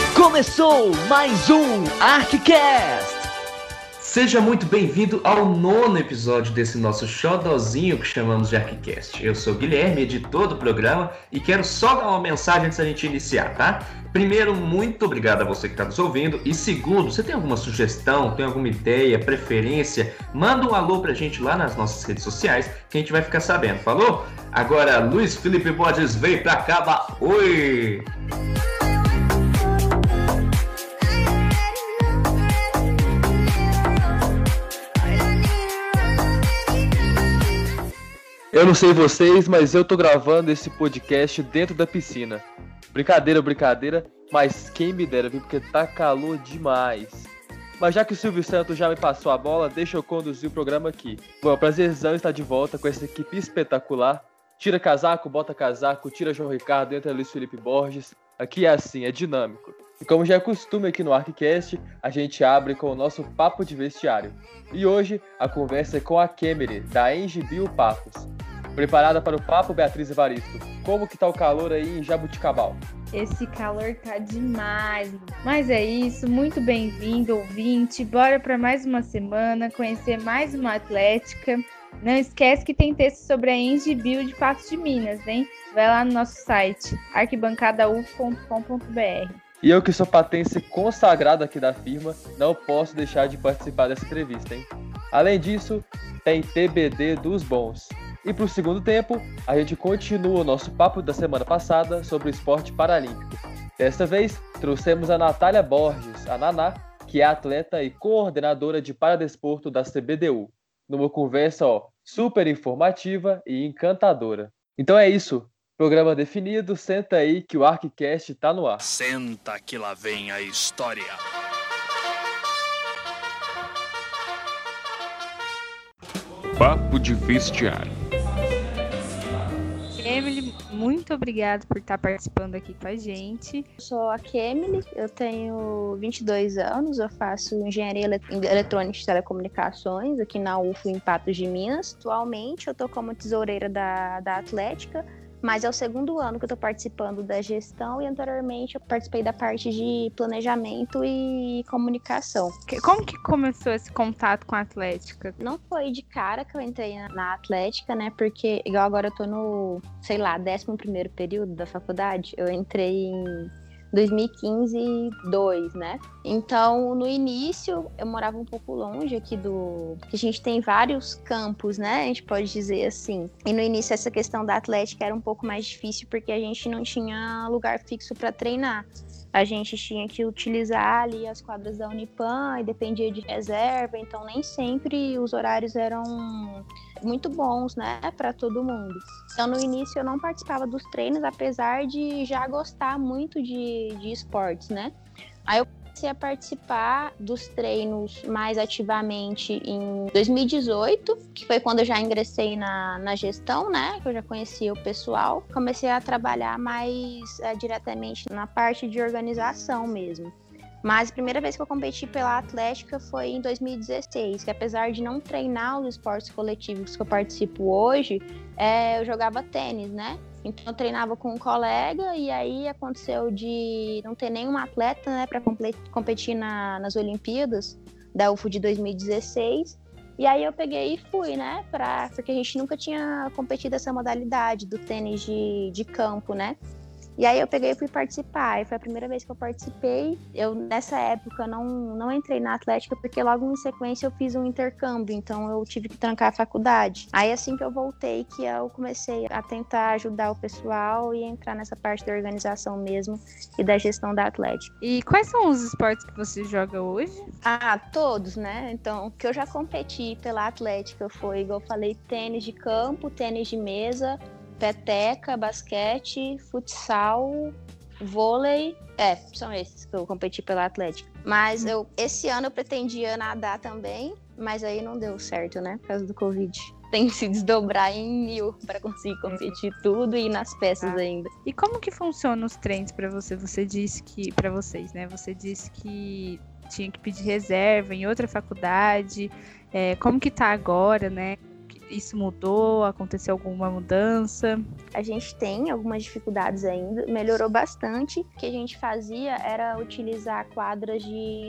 Começou mais um ArcCast! Seja muito bem-vindo ao 9º episódio desse nosso xodozinho que chamamos de ArcCast. Eu sou o Guilherme, editor do programa, e quero só dar uma mensagem antes da gente iniciar, tá? Primeiro, muito obrigado a você que está nos ouvindo. E segundo, você tem alguma sugestão, tem alguma ideia, preferência? Manda um alô pra gente lá nas nossas redes sociais que a gente vai ficar sabendo, falou? Agora, Luiz Felipe Borges veio pra cá, oi! Eu não sei vocês, mas eu tô gravando esse podcast dentro da piscina. Brincadeira, mas quem me dera, viu? Porque tá calor demais. Mas já que o Silvio Santos já me passou a bola, deixa eu conduzir o programa aqui. Bom, é um prazerzão estar de volta com essa equipe espetacular. Tira casaco, bota casaco, tira João Ricardo, entra Luiz Felipe Borges. Aqui é assim, é dinâmico. E como já é costume aqui no ArcCast, a gente abre com o nosso papo de vestiário. E hoje a conversa é com a Kemery, da Engibio Papos. Preparada para o papo, Beatriz Evaristo? Como que tá o calor aí em Jabuticabal? Esse calor tá demais, mas é isso, muito bem-vindo, ouvinte. Bora para mais uma semana, conhecer mais uma atlética. Não esquece que tem texto sobre a Engibio de Patos de Minas, hein? Vai lá no nosso site, arquibancadauf.com.br. E eu que sou patense consagrado aqui da firma, não posso deixar de participar dessa entrevista, hein? Além disso, tem TBD dos bons. E para o segundo tempo, a gente continua o nosso papo da semana passada sobre o esporte paralímpico. Desta vez, trouxemos a Natália Borges, a Naná, que é atleta e coordenadora de paradesporto da CBDU, numa conversa super informativa e encantadora. Então é isso, programa definido, senta aí que o ArcCast tá no ar. Senta que lá vem a história. Papo de vestiário. Emily, muito obrigada por estar participando aqui com a gente. Eu sou a Kemery, eu tenho 22 anos, eu faço engenharia eletrônica e telecomunicações aqui na UFO em Patos de Minas. Atualmente eu estou como tesoureira da Atlética, mas é o segundo ano que eu estou participando da gestão e anteriormente eu participei da parte de planejamento e comunicação. Como que começou esse contato com a Atlética? Não foi de cara que eu entrei na Atlética, né? Porque igual agora eu tô no, 11º período da faculdade, eu entrei em 2015, 2, né? Então, no início, eu morava um pouco longe aqui porque a gente tem vários campos, né? A gente pode dizer assim. E no início, essa questão da Atlética era um pouco mais difícil, porque a gente não tinha lugar fixo para treinar. A gente tinha que utilizar ali as quadras da Unipan e dependia de reserva, então nem sempre os horários eram muito bons, né, para todo mundo. Então, no início, eu não participava dos treinos, apesar de já gostar muito de esportes, né. Aí eu comecei a participar dos treinos mais ativamente em 2018, que foi quando eu já ingressei na gestão, né, que eu já conhecia o pessoal. Comecei a trabalhar mais diretamente na parte de organização mesmo. Mas a primeira vez que eu competi pela Atlética foi em 2016, que apesar de não treinar os esportes coletivos que eu participo hoje, eu jogava tênis, né? Então eu treinava com um colega e aí aconteceu de não ter nenhum atleta, né, para competir nas Olimpíadas da UFO de 2016. E aí eu peguei e fui, né, porque a gente nunca tinha competido essa modalidade do tênis de campo, né? E aí eu peguei e fui participar, e foi a primeira vez que eu participei. Eu, nessa época, não entrei na Atlética, porque logo em sequência eu fiz um intercâmbio, então eu tive que trancar a faculdade. Aí assim que eu voltei, que eu comecei a tentar ajudar o pessoal e entrar nessa parte da organização mesmo e da gestão da Atlética. E quais são os esportes que você joga hoje? Todos, né? Então, o que eu já competi pela Atlética foi, igual eu falei, tênis de campo, tênis de mesa, peteca, basquete, futsal, vôlei. São esses que eu competi pela Atlética. Mas esse ano eu pretendia nadar também, mas aí não deu certo, né? Por causa do Covid. Tem que se desdobrar em 1000 para conseguir competir tudo e ir nas peças ainda. E como que funcionam os treinos para você? Você disse que, para vocês, né? Você disse que tinha que pedir reserva em outra faculdade. Como que tá agora, né? isso mudou? Aconteceu alguma mudança? A gente tem algumas dificuldades ainda, melhorou bastante. O que a gente fazia era utilizar quadras de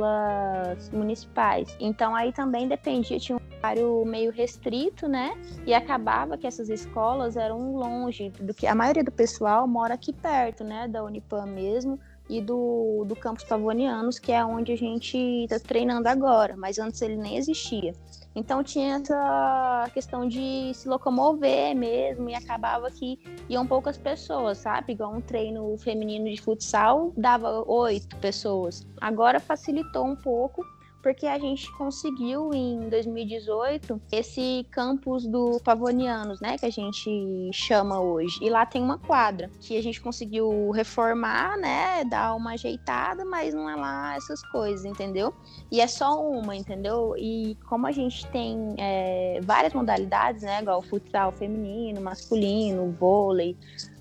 escolas municipais. Então aí também dependia, tinha um horário meio restrito, né? E acabava que essas escolas eram longe do que a maioria do pessoal mora aqui perto, né? Da Unipam mesmo. E do campus Pavonianos, que é onde a gente está treinando agora, mas antes ele nem existia. Então tinha essa questão de se locomover mesmo, e acabava que iam poucas pessoas, sabe? Igual um treino feminino de futsal dava 8 pessoas. Agora facilitou um pouco, porque a gente conseguiu em 2018 esse campus do Pavonianos, né, que a gente chama hoje. E lá tem uma quadra que a gente conseguiu reformar, né, dar uma ajeitada, mas não é lá essas coisas, entendeu? E é só uma, entendeu? E como a gente tem várias modalidades, né, igual futsal feminino, masculino, vôlei,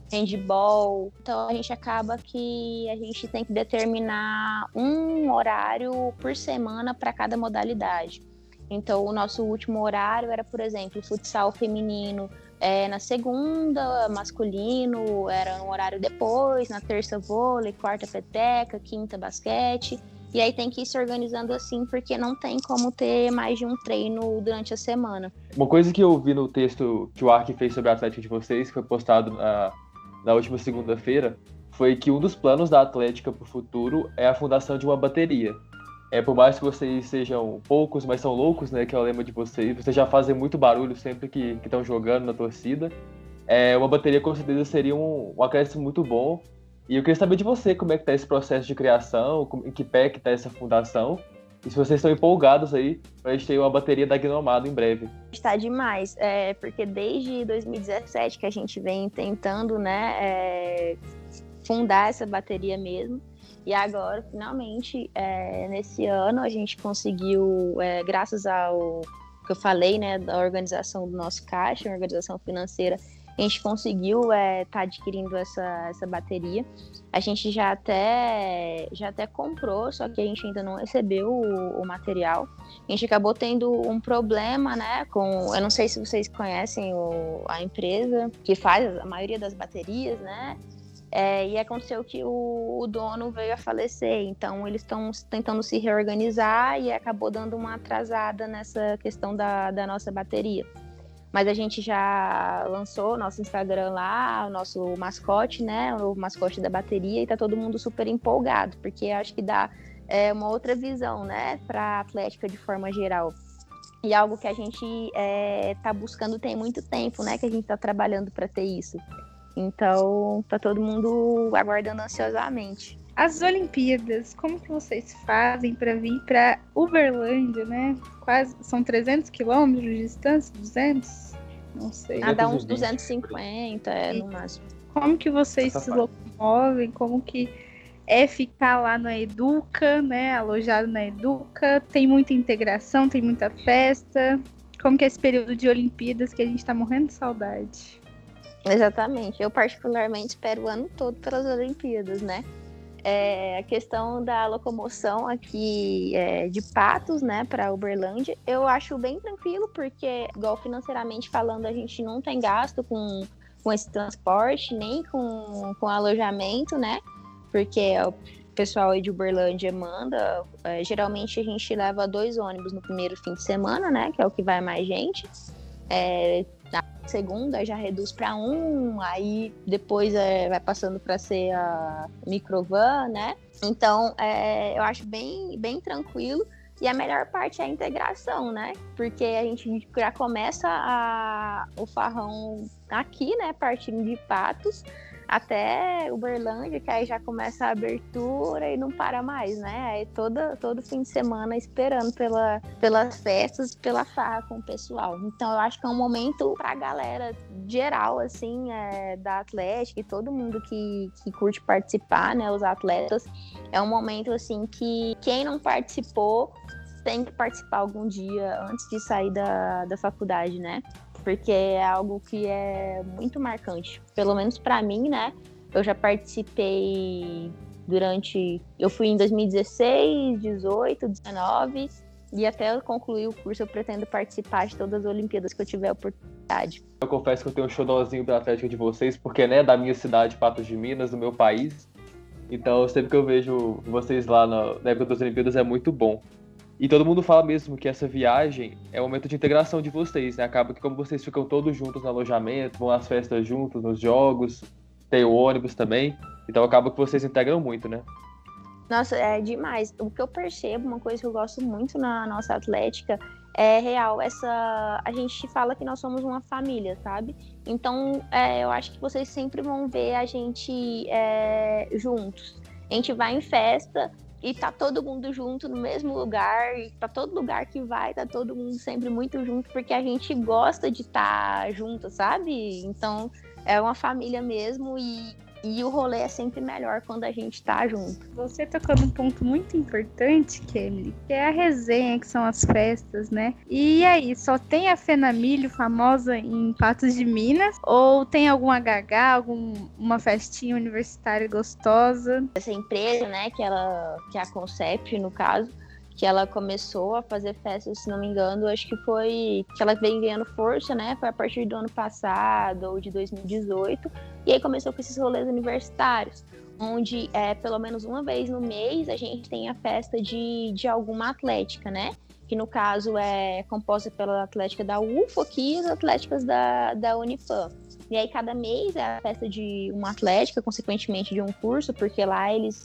handball, então a gente acaba que a gente tem que determinar um horário por semana para cada modalidade. Então o nosso último horário era, por exemplo, futsal feminino na segunda, masculino era um horário depois, na terça vôlei, quarta peteca, quinta basquete. E aí tem que ir se organizando assim, porque não tem como ter mais de um treino durante a semana. Uma coisa que eu vi no texto que o Ark fez sobre a Atlética de vocês, que foi postado na última segunda-feira, foi que um dos planos da Atlética para o futuro é a fundação de uma bateria. Por mais que vocês sejam poucos, mas são loucos, né, que é o lema de vocês já fazem muito barulho sempre que estão jogando na torcida. Uma bateria com certeza seria um acréscimo muito bom. E eu queria saber de você como é que está esse processo de criação, em que pé que está essa fundação, e se vocês estão empolgados aí para a gente ter uma bateria da Gnomado em breve. Está demais, porque desde 2017 que a gente vem tentando, né, fundar essa bateria mesmo, e agora, finalmente, nesse ano, a gente conseguiu, graças ao que eu falei, né, da organização do nosso caixa, organização financeira, a gente conseguiu tá adquirindo essa bateria. A gente já até comprou, só que a gente ainda não recebeu o material. A gente acabou tendo um problema, né, eu não sei se vocês conhecem a empresa que faz a maioria das baterias, né, e aconteceu que o dono veio a falecer, então eles estão tentando se reorganizar e acabou dando uma atrasada nessa questão da nossa bateria. Mas a gente já lançou nosso Instagram lá, o nosso mascote, né? O mascote da bateria, e tá todo mundo super empolgado, porque acho que dá uma outra visão, né, para a Atlética de forma geral. E algo que a gente tá buscando tem muito tempo, né, que a gente tá trabalhando para ter isso. Então, tá todo mundo aguardando ansiosamente. As Olimpíadas, como que vocês fazem para vir para Uberlândia, né? Quase, são 300 quilômetros de distância? 200? Não sei. Dá uns 250, no máximo. Como que vocês se locomovem? Como que é ficar lá na Educa, né? Alojado na Educa? Tem muita integração, tem muita festa? Como que é esse período de Olimpíadas que a gente tá morrendo de saudade? Exatamente. Eu particularmente espero o ano todo pelas Olimpíadas, né? A questão da locomoção aqui de Patos, né, para Uberlândia, eu acho bem tranquilo, porque, igual financeiramente falando, a gente não tem gasto com esse transporte, nem com alojamento, né, porque o pessoal aí de Uberlândia manda, geralmente a gente leva 2 ônibus no primeiro fim de semana, né, que é o que vai mais gente, na segunda já reduz para 1, aí depois vai passando para ser a microvan, né? Então, eu acho bem, bem tranquilo. E a melhor parte é a integração, né? Porque a gente já começa o farrão aqui, né? Partindo de Patos até Uberlândia, que aí já começa a abertura e não para mais, né? Aí todo fim de semana esperando pelas festas, pela farra com o pessoal. Então eu acho que é um momento pra galera geral, assim, da Atlética, e todo mundo que curte participar, né? Os atletas. É um momento, assim, que quem não participou tem que participar algum dia antes de sair da faculdade, né? Porque é algo que é muito marcante. Pelo menos para mim, né? Eu já participei eu fui em 2016, 18, 19 E até eu concluir o curso, eu pretendo participar de todas as Olimpíadas que eu tiver oportunidade. Eu confesso que eu tenho um xodózinho pela Atlética de vocês, porque, né, da minha cidade, Patos de Minas, do meu país. Então, sempre que eu vejo vocês lá na época das Olimpíadas, é muito bom. E todo mundo fala mesmo que essa viagem é um momento de integração de vocês, né? Acaba que como vocês ficam todos juntos no alojamento, vão às festas juntos, nos jogos, tem o ônibus também. Então acaba que vocês integram muito, né? Nossa, é demais. O que eu percebo, uma coisa que eu gosto muito na nossa Atlética, é real, a gente fala que nós somos uma família, sabe? Então, eu acho que vocês sempre vão ver a gente juntos. A gente vai em festa e tá todo mundo junto no mesmo lugar, e pra todo lugar que vai, tá todo mundo sempre muito junto, porque a gente gosta de estar junto, sabe? Então, é uma família mesmo e o rolê é sempre melhor quando a gente tá junto. Você tocou num ponto muito importante, Kemily, que é a resenha, que são as festas, né? E aí, só tem a Fenamilho famosa em Patos de Minas? Ou tem algum HH, alguma festinha universitária gostosa? Essa empresa, né, que é a Concept, no caso, que ela começou a fazer festas, se não me engano, acho que foi que ela vem ganhando força, né? Foi a partir do ano passado ou de 2018. E aí começou com esses rolês universitários, onde pelo menos uma vez no mês a gente tem a festa de alguma atlética, né? Que no caso é composta pela atlética da UFO aqui e as atléticas da Unifam. E aí cada mês é a festa de uma atlética, consequentemente de um curso, porque lá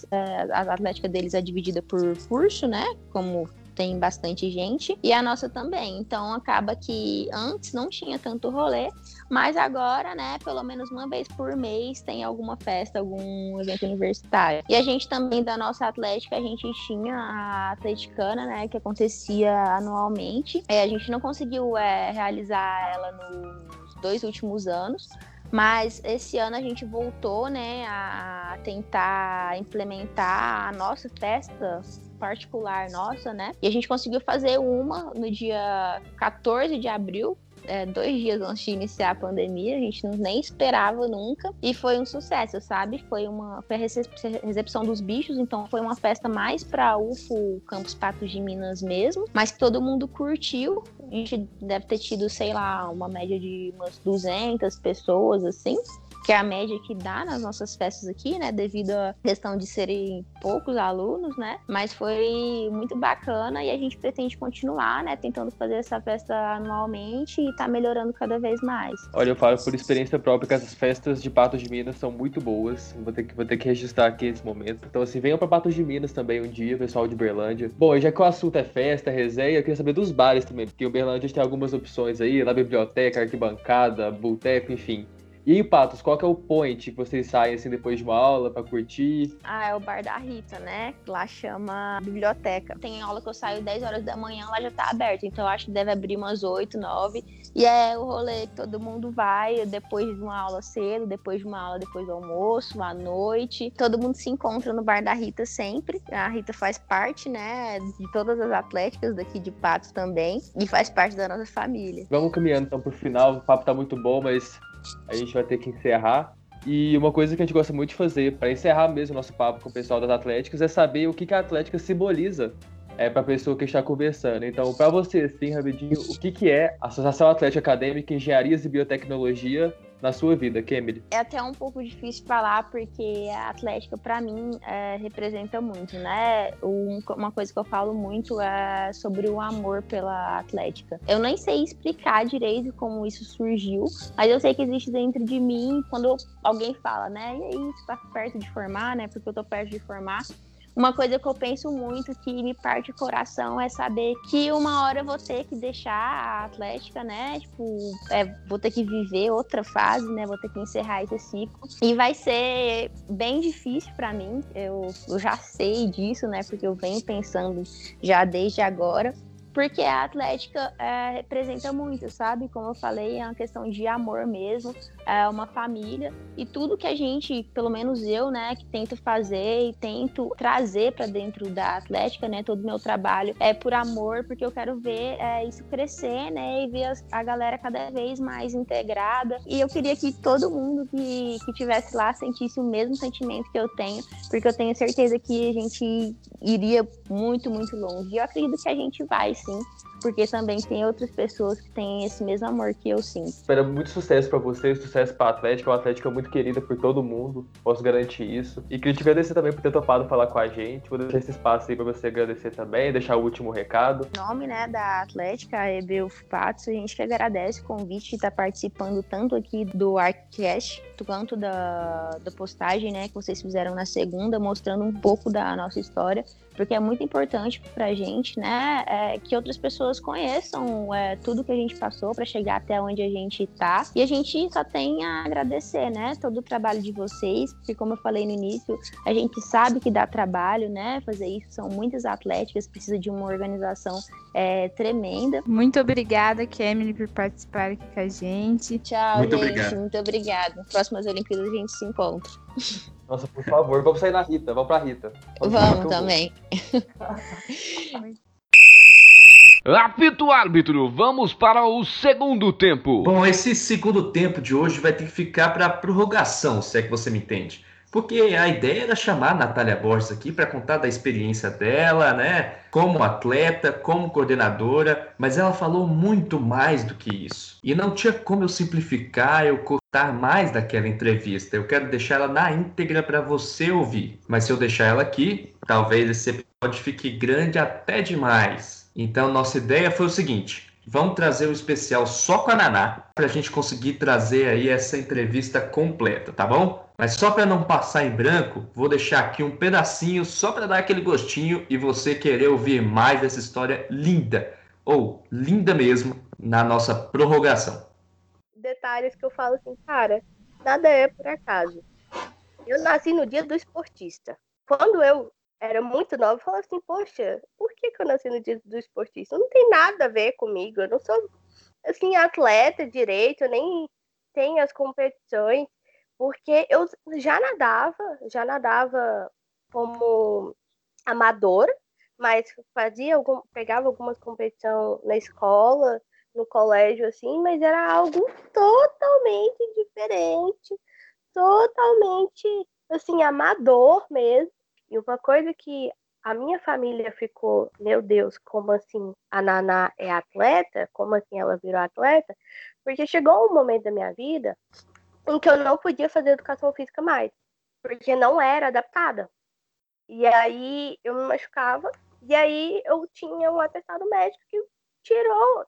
a atlética deles é dividida por curso, né? Como tem bastante gente, e a nossa também. Então acaba que antes não tinha tanto rolê, mas agora, né, pelo menos uma vez por mês tem alguma festa, algum evento universitário. E a gente também, da nossa atlética, a gente tinha a atleticana, né, que acontecia anualmente. A gente não conseguiu realizar ela nos 2 últimos anos, mas esse ano a gente voltou, né, a tentar implementar a nossa festa particular nossa, né? E a gente conseguiu fazer uma no dia 14 de abril, 2 dias antes de iniciar a pandemia, a gente nem esperava nunca, e foi um sucesso, sabe? Foi a recepção dos bichos, então foi uma festa mais pra UFO Campus Patos de Minas mesmo, mas que todo mundo curtiu. A gente deve ter tido, sei lá, uma média de umas 200 pessoas, assim, que é a média que dá nas nossas festas aqui, né, devido à questão de serem poucos alunos, né, mas foi muito bacana e a gente pretende continuar, né, tentando fazer essa festa anualmente e tá melhorando cada vez mais. Olha, eu falo por experiência própria que essas festas de Patos de Minas são muito boas, vou ter que registrar aqui esse momento. Então, assim, venham pra Patos de Minas também um dia, pessoal de Uberlândia. Bom, já que o assunto é festa, resenha, eu queria saber dos bares também, porque em Uberlândia tem algumas opções aí, lá biblioteca, arquibancada, boteco, enfim. E aí, Patos, qual que é o point que vocês saem assim depois de uma aula pra curtir? É o bar da Rita, né? Lá chama biblioteca. Tem aula que eu saio 10 horas da manhã, lá já tá aberto. Então eu acho que deve abrir umas 8, 9. E é o rolê que todo mundo vai depois de uma aula cedo, depois de uma aula depois do almoço, à noite. Todo mundo se encontra no bar da Rita sempre. A Rita faz parte, né, de todas as atléticas daqui de Patos também. E faz parte da nossa família. Vamos caminhando então pro final, o papo tá muito bom, mas a gente vai ter que encerrar. E uma coisa que a gente gosta muito de fazer, para encerrar mesmo o nosso papo com o pessoal das atléticas, é saber o que a atlética simboliza para a pessoa que está conversando. Então, para você, assim, rapidinho, o que é a Associação Atlética Acadêmica Engenharias e Biotecnologia na sua vida, Kemily? É até um pouco difícil falar, porque a atlética, para mim, representa muito, né? Uma coisa que eu falo muito é sobre o amor pela atlética. Eu nem sei explicar direito como isso surgiu, mas eu sei que existe dentro de mim, quando alguém fala, né? E aí, você tá perto de formar, né? Porque eu tô perto de formar. Uma coisa que eu penso muito, que me parte o coração, é saber que uma hora eu vou ter que deixar a atlética, né? Tipo, vou ter que viver outra fase, né? Vou ter que encerrar esse ciclo. E vai ser bem difícil pra mim. Eu, eu, eu já sei disso, né? Porque eu venho pensando já desde agora. porque a Atlética representa muito, sabe? Como eu falei, é uma questão de amor mesmo, é uma família, e tudo que a gente, pelo menos eu, né, que tento fazer e tento trazer para dentro da Atlética, né, todo o meu trabalho é por amor, porque eu quero ver isso crescer, né, e ver a galera cada vez mais integrada, e eu queria que todo mundo que tivesse lá sentisse o mesmo sentimento que eu tenho, porque eu tenho certeza que a gente iria muito, muito longe, e eu acredito que a gente vai, sim, porque também tem outras pessoas que têm esse mesmo amor que eu sinto. Espero muito sucesso pra vocês, sucesso pra Atlética. Uma Atlética muito querida por todo mundo, posso garantir isso. E queria te agradecer também por ter topado falar com a gente. Vou deixar esse espaço aí pra você agradecer também, deixar o último recado. Em nome, né, da Atlética, a EBU Patso, a gente que agradece o convite de estar participando tanto aqui do ArcCast, quanto da postagem, né, que vocês fizeram na segunda, mostrando um pouco da nossa história, porque é muito importante pra gente, né, que outras pessoas conheçam tudo que a gente passou para chegar até onde a gente tá, e a gente só tem a agradecer, né, todo o trabalho de vocês, porque como eu falei no início, a gente sabe que dá trabalho, né, fazer isso, são muitas atléticas, precisa de uma organização tremenda. Muito obrigada, Kemily, por participar aqui com a gente. Tchau, Muito gente, obrigado. muito obrigada. Próximas Olimpíadas a gente se encontra. Nossa, por favor, vamos sair na Rita, vamos pra Rita. Vamos também. Apito árbitro, vamos para o segundo tempo. Bom, esse segundo tempo de hoje vai ter que ficar para prorrogação, se é que você me entende. Porque a ideia era chamar a Natália Borges aqui para contar da experiência dela, né? Como atleta, como coordenadora, mas ela falou muito mais do que isso. E não tinha como eu simplificar, eu cortar mais daquela entrevista. Eu quero deixar ela na íntegra para você ouvir. Mas se eu deixar ela aqui, talvez esse episódio fique grande até demais. Então, nossa ideia foi o seguinte: vamos trazer um especial só com a Naná, para a gente conseguir trazer aí essa entrevista completa, tá bom? Mas só para não passar em branco, vou deixar aqui um pedacinho só para dar aquele gostinho e você querer ouvir mais dessa história linda, ou linda mesmo, na nossa prorrogação. Detalhes que eu falo assim, cara, nada é por acaso. Eu nasci no dia do esportista. Quando eu era muito nova, eu falava assim, poxa, por que eu nasci no dia do esportista? Não tem nada a ver comigo, eu não sou, assim, atleta direito, eu nem tenho as competições, porque eu já nadava como amadora, mas pegava algumas competições na escola, no colégio, assim, mas era algo totalmente diferente, totalmente, assim, amador mesmo. E uma coisa que a minha família ficou, meu Deus, como assim a Naná é atleta? Como assim ela virou atleta? Porque chegou um momento da minha vida em que eu não podia fazer educação física mais, porque não era adaptada. E aí eu me machucava, e aí eu tinha um atestado médico que tirou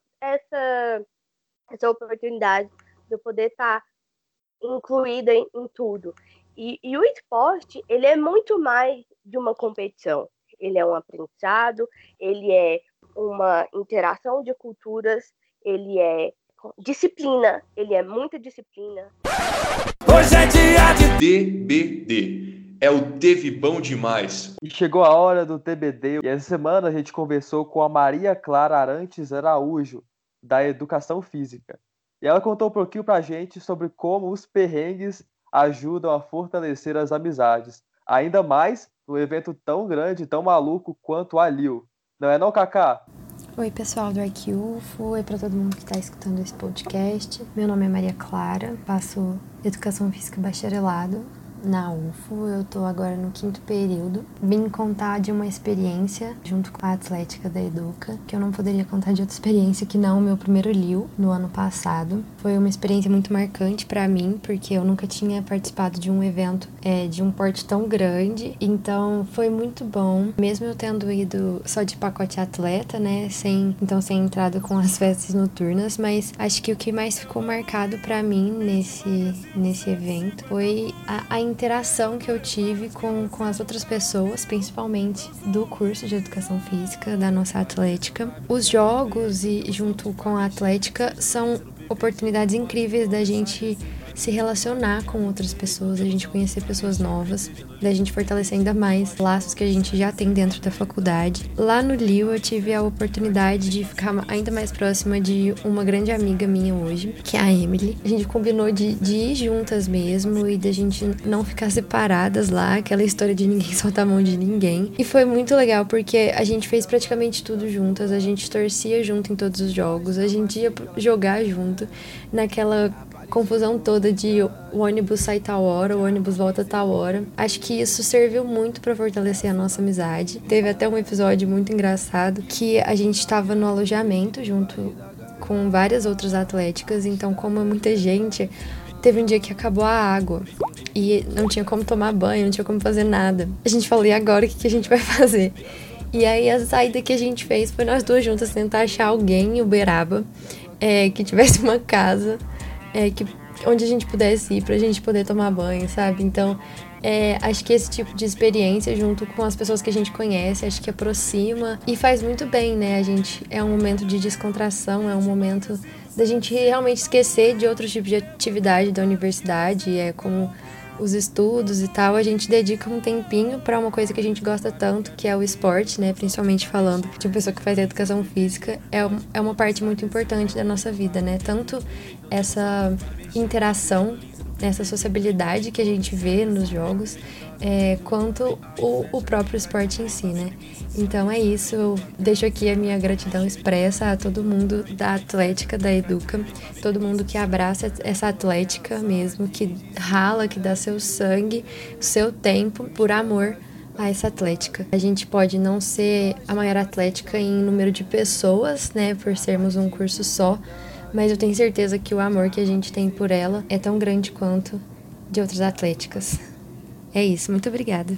essa oportunidade de eu poder estar incluída em tudo. E o esporte, ele é muito mais de uma competição. Ele é um aprendizado, ele é uma interação de culturas, ele é disciplina, ele é muita disciplina. Hoje é dia de TBD. É o Teve Bom Demais. E chegou a hora do TBD. E essa semana a gente conversou com a Maria Clara Arantes Araújo, da Educação Física. E ela contou um pouquinho pra gente sobre como os perrengues ajudam a fortalecer as amizades. Ainda mais num evento tão grande, tão maluco quanto a Lil. Não é não, Cacá? Oi, pessoal do ArcUFO. Oi para todo mundo que está escutando esse podcast. Meu nome é Maria Clara, faço Educação Física Bacharelado na UFO. Eu tô agora no 5º período. Vim contar de uma experiência junto com a Atlética da Educa, que eu não poderia contar de outra experiência que não o meu primeiro Lil no ano passado. Foi uma experiência muito marcante pra mim, porque eu nunca tinha participado de um evento de um porte tão grande, então foi muito bom, mesmo eu tendo ido só de pacote atleta, né, sem entrado com as festas noturnas, mas acho que o que mais ficou marcado pra mim nesse evento foi a interação que eu tive com as outras pessoas, principalmente do curso de Educação Física, da nossa Atlética. Os jogos e junto com a Atlética são oportunidades incríveis da gente se relacionar com outras pessoas, a gente conhecer pessoas novas, da gente fortalecer ainda mais laços que a gente já tem dentro da faculdade. Lá no Liu eu tive a oportunidade de ficar ainda mais próxima de uma grande amiga minha hoje, que é a Emily. A gente combinou de ir juntas mesmo e da gente não ficar separadas lá, aquela história de ninguém soltar a mão de ninguém. E foi muito legal porque a gente fez praticamente tudo juntas, a gente torcia junto em todos os jogos, a gente ia jogar junto, naquela confusão toda de o ônibus sai tal hora, o ônibus volta tal hora. Acho que isso serviu muito pra fortalecer a nossa amizade. Teve até um episódio muito engraçado que a gente estava no alojamento junto com várias outras atléticas, então como é muita gente, teve um dia que acabou a água e não tinha como tomar banho, não tinha como fazer nada. A gente falou, e agora o que a gente vai fazer? E aí a saída que a gente fez foi nós duas juntas tentar achar alguém em Uberaba que tivesse uma casa onde a gente pudesse ir pra gente poder tomar banho, sabe? Então, acho que esse tipo de experiência junto com as pessoas que a gente conhece, acho que aproxima e faz muito bem, né? É um momento de descontração, é um momento da gente realmente esquecer de outros tipos de atividade da universidade, como os estudos e tal, a gente dedica um tempinho pra uma coisa que a gente gosta tanto, que é o esporte, né? Principalmente falando de uma pessoa que faz educação física, é uma parte muito importante da nossa vida, né? Tanto essa interação, essa sociabilidade que a gente vê nos jogos, quanto o próprio esporte em si, né? Então é isso, eu deixo aqui a minha gratidão expressa a todo mundo da Atlética, da Educa, todo mundo que abraça essa Atlética mesmo, que rala, que dá seu sangue, seu tempo por amor a essa Atlética. A gente pode não ser a maior Atlética em número de pessoas, né, por sermos um curso só, mas eu tenho certeza que o amor que a gente tem por ela é tão grande quanto de outras atléticas. É isso, muito obrigada.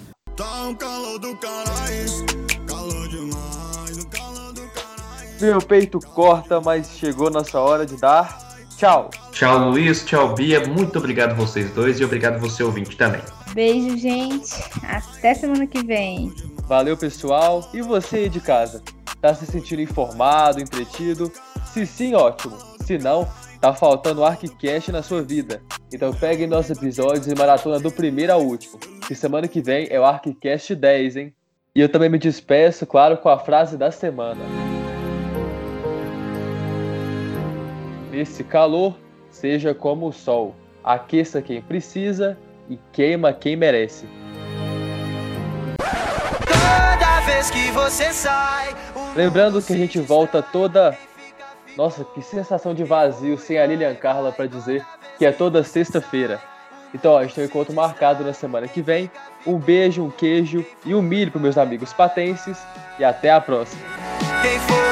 Meu peito corta, mas chegou nossa hora de dar tchau. Tchau, Luiz. Tchau, Bia. Muito obrigado vocês dois e obrigado você ouvinte também. Beijo, gente. Até semana que vem. Valeu, pessoal. E você aí de casa? Tá se sentindo informado, entretido? Se sim, ótimo. Se não, tá faltando ArcCast na sua vida. Então peguem nossos episódios e maratona do primeiro ao último. Que semana que vem é o ArcCast 10, hein? E eu também me despeço, claro, com a frase da semana. Nesse calor, seja como o sol. Aqueça quem precisa e queima quem merece. Toda vez que você sai... Lembrando que a gente volta toda... Nossa, que sensação de vazio sem a Lilian Carla pra dizer que é toda sexta-feira. Então, a gente tem um encontro marcado na semana que vem. Um beijo, um queijo e um milho pros meus amigos patenses. E até a próxima. Quem for